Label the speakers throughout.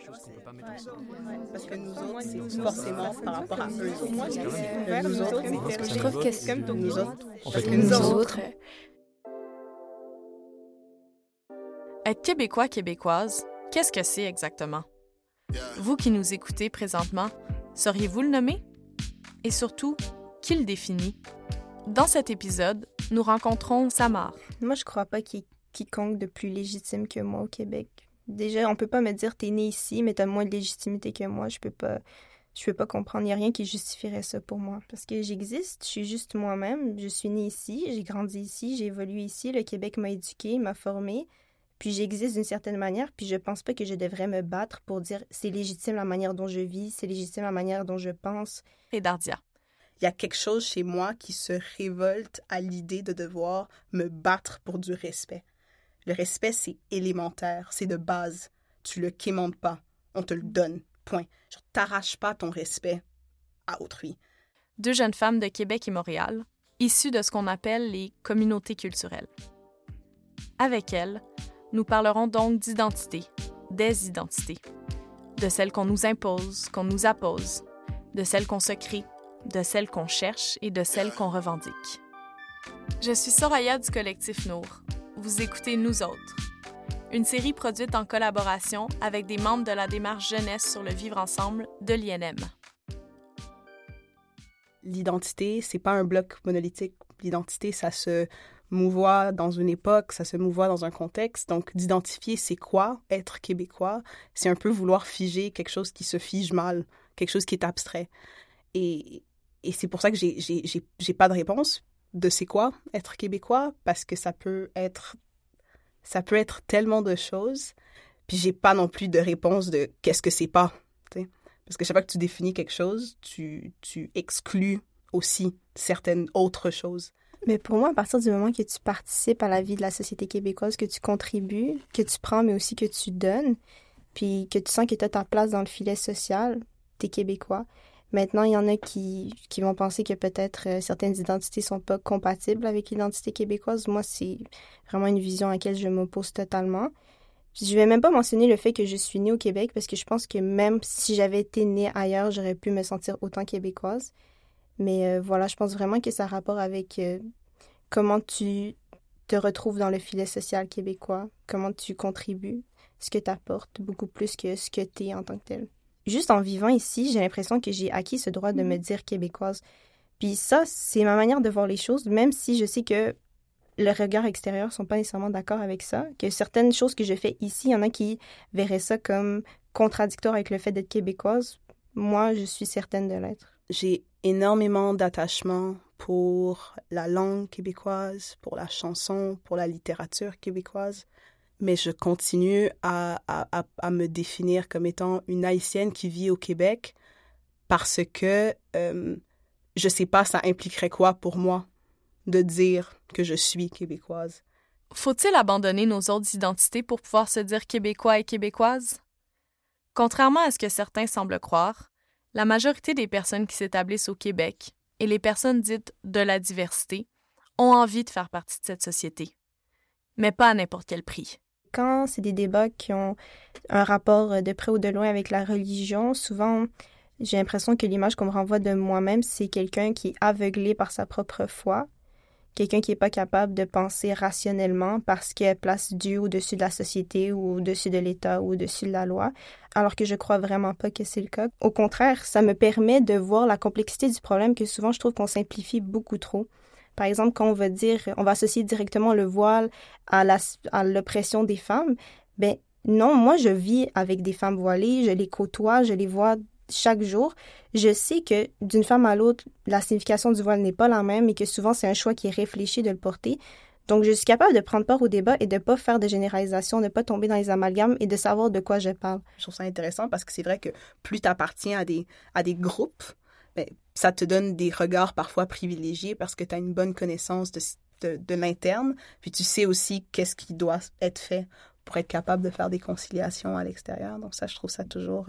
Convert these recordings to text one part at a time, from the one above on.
Speaker 1: choses qu'on peut pas mettre ensemble.
Speaker 2: Parce que nous autres, c'est forcément par rapport à eux.
Speaker 3: Nous autres,
Speaker 1: Je
Speaker 3: trouve que c'est
Speaker 2: comme nous autres.
Speaker 1: En fait,
Speaker 3: nous autres.
Speaker 4: Être québécois, québécoise, qu'est-ce que c'est exactement? Vous qui nous écoutez présentement, sauriez-vous le nommer? Et surtout, qui le définit? Dans cet épisode, nous rencontrons Samar.
Speaker 3: Moi, je crois pas qu'il y ait quiconque de plus légitime que moi au Québec. Déjà, on peut pas me dire t'es né ici, mais t'as moins de légitimité que moi. Je peux pas comprendre. Il n'y a rien qui justifierait ça pour moi. Parce que j'existe, je suis juste moi-même. Je suis née ici, j'ai grandi ici, j'ai évolué ici. Le Québec m'a éduquée, m'a formée. Puis j'existe d'une certaine manière. Puis je pense pas que je devrais me battre pour dire c'est légitime la manière dont je vis, c'est légitime la manière dont je pense.
Speaker 4: Et Dardia.
Speaker 2: Il y a quelque chose chez moi qui se révolte à l'idée de devoir me battre pour du respect. Le respect, c'est élémentaire, c'est de base. Tu le quémandes pas, on te le donne, point. Genre, t'arraches pas ton respect à autrui.
Speaker 4: Deux jeunes femmes de Québec et Montréal, issues de ce qu'on appelle les communautés culturelles. Avec elles, nous parlerons donc d'identité, des identités, de celles qu'on nous impose, qu'on nous appose, de celles qu'on se crée, de celles qu'on cherche et de celles qu'on revendique. Je suis Soraya du collectif Nour. Vous écoutez Nous autres, une série produite en collaboration avec des membres de la démarche jeunesse sur le vivre ensemble de l'INM.
Speaker 2: L'identité, c'est pas un bloc monolithique. L'identité, ça se mouvoie dans une époque, ça se mouvoie dans un contexte. Donc, d'identifier c'est quoi être québécois, c'est un peu vouloir figer quelque chose qui se fige mal, quelque chose qui est abstrait. Et c'est pour ça que j'ai pas de réponse de c'est quoi être québécois, parce que ça peut être tellement de choses, puis j'ai pas non plus de réponse de qu'est-ce que c'est pas, t'sais. Parce que chaque fois que tu définis quelque chose, tu exclus aussi certaines autres choses.
Speaker 3: Mais pour moi, à partir du moment que tu participes à la vie de la société québécoise, que tu contribues, que tu prends, mais aussi que tu donnes, puis que tu sens que tu as ta place dans le filet social, t'es québécois. Maintenant, il y en a qui vont penser que peut-être certaines identités sont pas compatibles avec l'identité québécoise. Moi, c'est vraiment une vision à laquelle je m'oppose totalement. Je vais même pas mentionner le fait que je suis née au Québec parce que je pense que même si j'avais été née ailleurs, j'aurais pu me sentir autant québécoise. Mais voilà, je pense vraiment que ça a rapport avec comment tu te retrouves dans le filet social québécois, comment tu contribues, ce que tu apportes, beaucoup plus que ce que tu es en tant que tel. Juste en vivant ici, j'ai l'impression que j'ai acquis ce droit de me dire québécoise. Puis ça, c'est ma manière de voir les choses, même si je sais que le regard extérieur ne sont pas nécessairement d'accord avec ça, que certaines choses que je fais ici, il y en a qui verraient ça comme contradictoire avec le fait d'être québécoise. Moi, je suis certaine de l'être.
Speaker 2: J'ai énormément d'attachement pour la langue québécoise, pour la chanson, pour la littérature québécoise. Mais je continue à me définir comme étant une Haïtienne qui vit au Québec parce que je sais pas ça impliquerait quoi pour moi de dire que je suis québécoise.
Speaker 4: Faut-il abandonner nos autres identités pour pouvoir se dire québécois et québécoise? Contrairement à ce que certains semblent croire, la majorité des personnes qui s'établissent au Québec et les personnes dites de la diversité ont envie de faire partie de cette société, mais pas à n'importe quel prix.
Speaker 3: Quand c'est des débats qui ont un rapport de près ou de loin avec la religion, souvent, j'ai l'impression que l'image qu'on me renvoie de moi-même, c'est quelqu'un qui est aveuglé par sa propre foi, quelqu'un qui n'est pas capable de penser rationnellement parce qu'elle place Dieu au-dessus de la société ou au-dessus de l'État ou au-dessus de la loi, alors que je crois vraiment pas que c'est le cas. Au contraire, ça me permet de voir la complexité du problème que souvent je trouve qu'on simplifie beaucoup trop. Par exemple, quand on va associer directement le voile à l'oppression des femmes, ben non, moi je vis avec des femmes voilées, je les côtoie, je les vois chaque jour. Je sais que d'une femme à l'autre, la signification du voile n'est pas la même et que souvent c'est un choix qui est réfléchi de le porter. Donc je suis capable de prendre part au débat et de ne pas faire de généralisation, de ne pas tomber dans les amalgames et de savoir de quoi je parle.
Speaker 2: Je trouve ça intéressant parce que c'est vrai que plus tu appartiens à des groupes, ben, ça te donne des regards parfois privilégiés parce que tu as une bonne connaissance de l'interne, puis tu sais aussi qu'est-ce qui doit être fait pour être capable de faire des conciliations à l'extérieur. Donc ça, je trouve ça toujours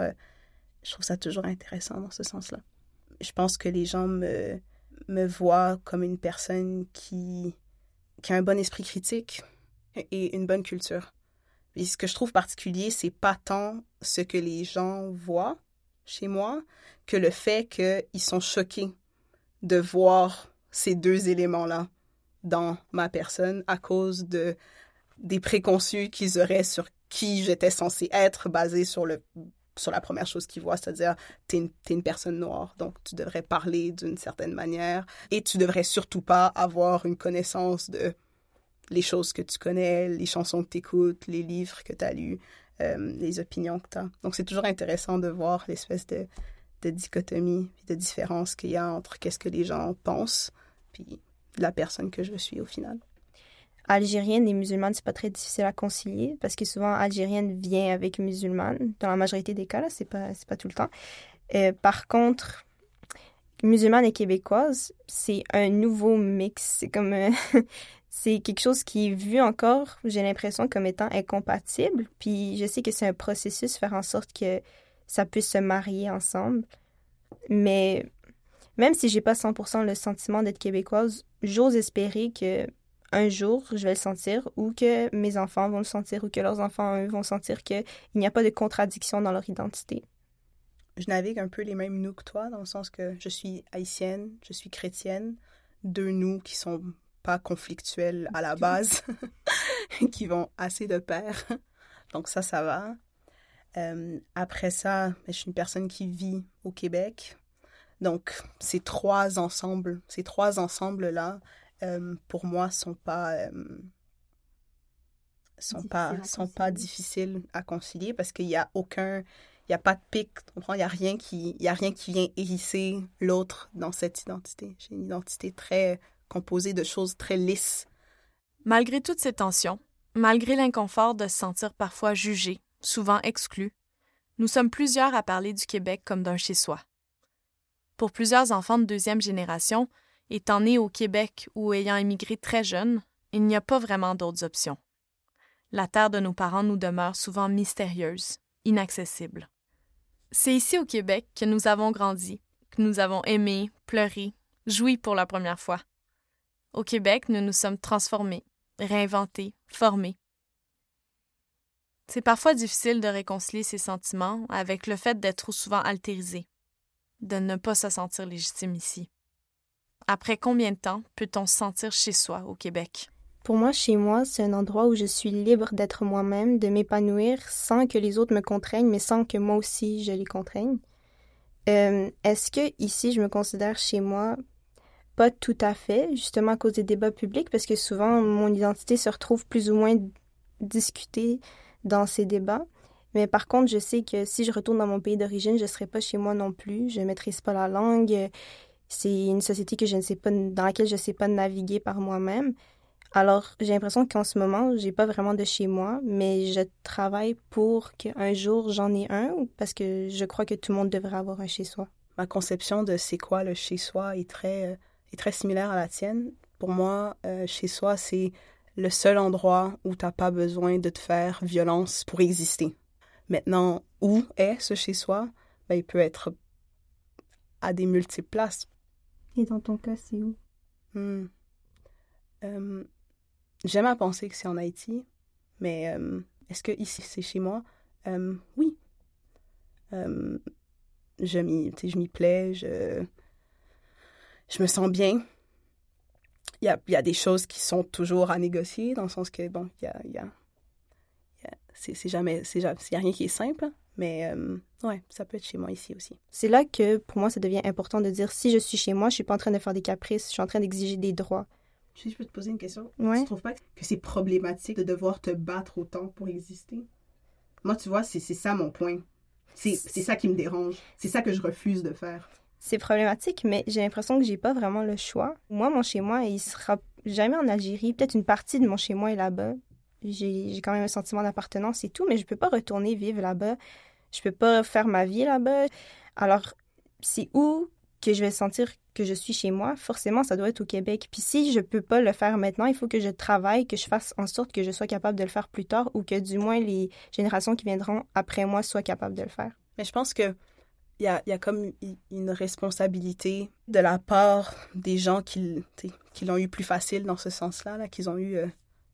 Speaker 2: intéressant dans ce sens-là. Je pense que les gens me voient comme une personne qui a un bon esprit critique et une bonne culture. Et ce que je trouve particulier, c'est pas tant ce que les gens voient chez moi que le fait qu'ils sont choqués de voir ces deux éléments-là dans ma personne à cause des préconçus qu'ils auraient sur qui j'étais censée être, basés sur la première chose qu'ils voient, c'est-à-dire t'es une personne noire, donc tu devrais parler d'une certaine manière et tu devrais surtout pas avoir une connaissance de les choses que tu connais, les chansons que tu écoutes, les livres que tu as lus, les opinions que tu as. Donc, c'est toujours intéressant de voir l'espèce de dichotomie, de différence qu'il y a entre qu'est-ce que les gens pensent puis la personne que je suis au final.
Speaker 3: Algérienne et musulmane, c'est pas très difficile à concilier parce que souvent, algérienne vient avec musulmane. Dans la majorité des cas, là, c'est pas tout le temps. Par contre, musulmane et québécoise, c'est un nouveau mix. C'est comme... c'est quelque chose qui est vu encore, j'ai l'impression, comme étant incompatible. Puis je sais que c'est un processus, faire en sorte que ça puisse se marier ensemble. Mais même si j'ai pas 100% le sentiment d'être québécoise, j'ose espérer que un jour, je vais le sentir, ou que mes enfants vont le sentir, ou que leurs enfants, eux, vont sentir qu'il n'y a pas de contradiction dans leur identité.
Speaker 2: Je navigue un peu les mêmes nous que toi, dans le sens que je suis haïtienne, je suis chrétienne, deux nous qui sont pas conflictuels à la base, qui vont assez de pair. Donc ça va. Après ça, je suis une personne qui vit au Québec. Donc ces trois ensembles-là, pour moi, sont pas difficiles à concilier parce qu'il y a pas de pic, tu comprends? Il y a rien qui vient hérisser l'autre dans cette identité. J'ai une identité très composée de choses très lisses.
Speaker 4: Malgré toutes ces tensions, malgré l'inconfort de se sentir parfois jugé, souvent exclu, nous sommes plusieurs à parler du Québec comme d'un chez-soi. Pour plusieurs enfants de deuxième génération, étant nés au Québec ou ayant émigré très jeunes, il n'y a pas vraiment d'autres options. La terre de nos parents nous demeure souvent mystérieuse, inaccessible. C'est ici au Québec que nous avons grandi, que nous avons aimé, pleuré, joui pour la première fois. Au Québec, nous nous sommes transformés, réinventés, formés. C'est parfois difficile de réconcilier ces sentiments avec le fait d'être trop souvent altérisé, de ne pas se sentir légitime ici. Après combien de temps peut-on se sentir chez soi au Québec?
Speaker 3: Pour moi, chez moi, c'est un endroit où je suis libre d'être moi-même, de m'épanouir sans que les autres me contraignent, mais sans que moi aussi je les contraigne. Est-ce que ici, je me considère chez moi? Pas tout à fait, justement à cause des débats publics, parce que souvent, mon identité se retrouve plus ou moins discutée dans ces débats. Mais par contre, je sais que si je retourne dans mon pays d'origine, je ne serai pas chez moi non plus. Je ne maîtrise pas la langue. C'est une société que je ne sais pas, dans laquelle je ne sais pas naviguer par moi-même. Alors, j'ai l'impression qu'en ce moment, j'ai pas vraiment de chez moi, mais je travaille pour qu'un jour, j'en ai un, parce que je crois que tout le monde devrait avoir un chez-soi.
Speaker 2: Ma conception de c'est quoi le chez-soi est très similaire à la tienne. Pour moi, chez-soi, c'est le seul endroit où t'as pas besoin de te faire violence pour exister. Maintenant, où est ce chez-soi? Ben, il peut être à des multiples places.
Speaker 3: Et dans ton cas, c'est où?
Speaker 2: J'aime à penser que c'est en Haïti, mais est-ce que ici c'est chez moi? Oui. Je m'y plais, je me sens bien. Il y a des choses qui sont toujours à négocier, dans le sens que, bon, il y a rien qui est simple, mais ouais, ça peut être chez moi ici aussi.
Speaker 3: C'est là que, pour moi, ça devient important de dire, si je suis chez moi, je suis pas en train de faire des caprices, je suis en train d'exiger des droits.
Speaker 2: Je peux te poser une question?
Speaker 3: Ouais.
Speaker 2: Tu trouves pas que c'est problématique de devoir te battre autant pour exister? Moi, tu vois, c'est ça mon point. C'est ça qui me dérange. C'est ça que je refuse de faire.
Speaker 3: C'est problématique, mais j'ai l'impression que j'ai pas vraiment le choix. Moi, mon chez-moi, il sera jamais en Algérie. Peut-être une partie de mon chez-moi est là-bas. J'ai quand même un sentiment d'appartenance et tout, mais je peux pas retourner vivre là-bas. Je peux pas faire ma vie là-bas. Alors, c'est où que je vais sentir que je suis chez moi? Forcément, ça doit être au Québec. Puis si je peux pas le faire maintenant, il faut que je travaille, que je fasse en sorte que je sois capable de le faire plus tard ou que du moins les générations qui viendront après moi soient capables de le faire.
Speaker 2: Mais je pense que il y a comme une responsabilité de la part des gens qui l'ont eu plus facile dans ce sens-là, là, qu'ils ont eu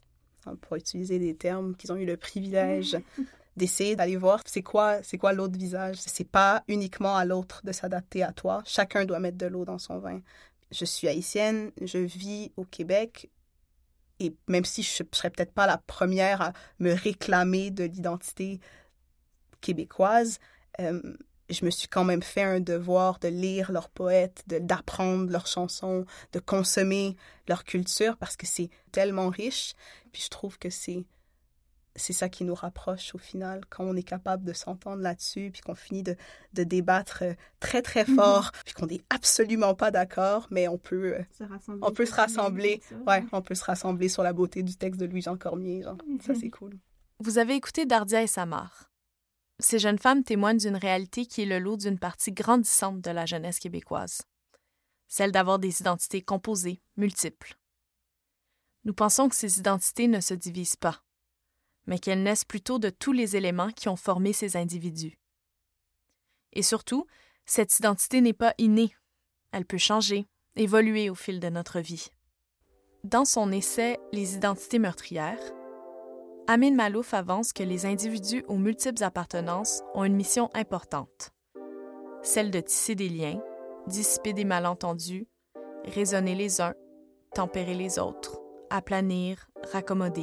Speaker 2: pour utiliser des termes qu'ils ont eu le privilège d'essayer d'aller voir c'est quoi l'autre visage. C'est pas uniquement à l'autre de s'adapter à toi. Chacun doit mettre de l'eau dans son vin. Je suis haïtienne, je vis au Québec, et même si je serais peut-être pas la première à me réclamer de l'identité québécoise, je me suis quand même fait un devoir de lire leurs poètes, d'apprendre leurs chansons, de consommer leur culture, parce que c'est tellement riche. Puis je trouve que c'est ça qui nous rapproche au final, quand on est capable de s'entendre là-dessus, puis qu'on finit de débattre très, très fort, puis qu'on n'est absolument pas d'accord, mais on peut se rassembler. Ouais, on peut se rassembler sur la beauté du texte de Louis-Jean Cormier. Genre. Ça, c'est cool.
Speaker 4: Vous avez écouté Dardia et Samar. Ces jeunes femmes témoignent d'une réalité qui est le lot d'une partie grandissante de la jeunesse québécoise, celle d'avoir des identités composées, multiples. Nous pensons que ces identités ne se divisent pas, mais qu'elles naissent plutôt de tous les éléments qui ont formé ces individus. Et surtout, cette identité n'est pas innée. Elle peut changer, évoluer au fil de notre vie. Dans son essai « Les identités meurtrières », Amin Maalouf avance que les individus aux multiples appartenances ont une mission importante, celle de tisser des liens, dissiper des malentendus, raisonner les uns, tempérer les autres, aplanir, raccommoder.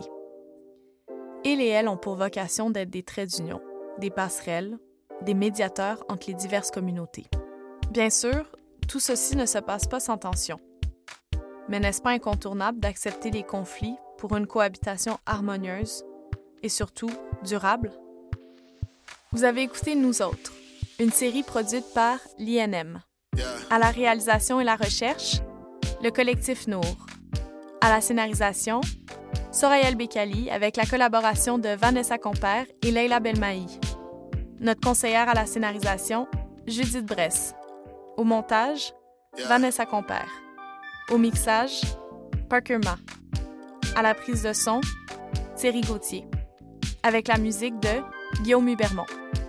Speaker 4: Ils et elles ont pour vocation d'être des traits d'union, des passerelles, des médiateurs entre les diverses communautés. Bien sûr, tout ceci ne se passe pas sans tension. Mais n'est-ce pas incontournable d'accepter les conflits pour une cohabitation harmonieuse et surtout durable? Vous avez écouté Nous autres, une série produite par l'INM. À la réalisation et la recherche, le collectif Nour. À la scénarisation, Soraya El-Bekali avec la collaboration de Vanessa Compère et Leila Belmahi. Notre conseillère à la scénarisation, Judith Bress. Au montage, Vanessa Compère. Au mixage, Parker Ma. À la prise de son, Thierry Gauthier. Avec la musique de Guillaume Hubermont.